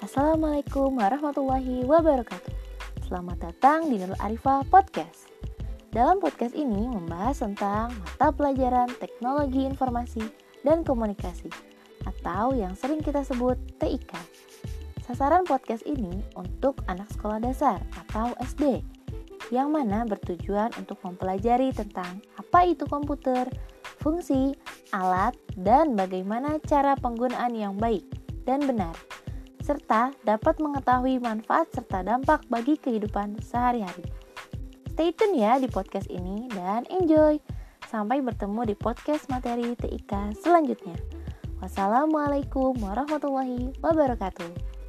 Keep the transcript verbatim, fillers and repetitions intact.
Assalamualaikum warahmatullahi wabarakatuh. Selamat datang di Nurul Arifah Podcast. Dalam podcast ini membahas tentang mata pelajaran teknologi informasi dan komunikasi atau yang sering kita sebut T I K. Sasaran podcast ini untuk anak sekolah dasar atau S D, yang mana bertujuan untuk mempelajari tentang apa itu komputer, fungsi, alat, dan bagaimana cara penggunaan yang baik dan benar, serta dapat mengetahui manfaat serta dampak bagi kehidupan sehari-hari. Stay tune ya di podcast ini dan enjoy. Sampai bertemu di podcast materi T I K selanjutnya. Wassalamualaikum warahmatullahi wabarakatuh.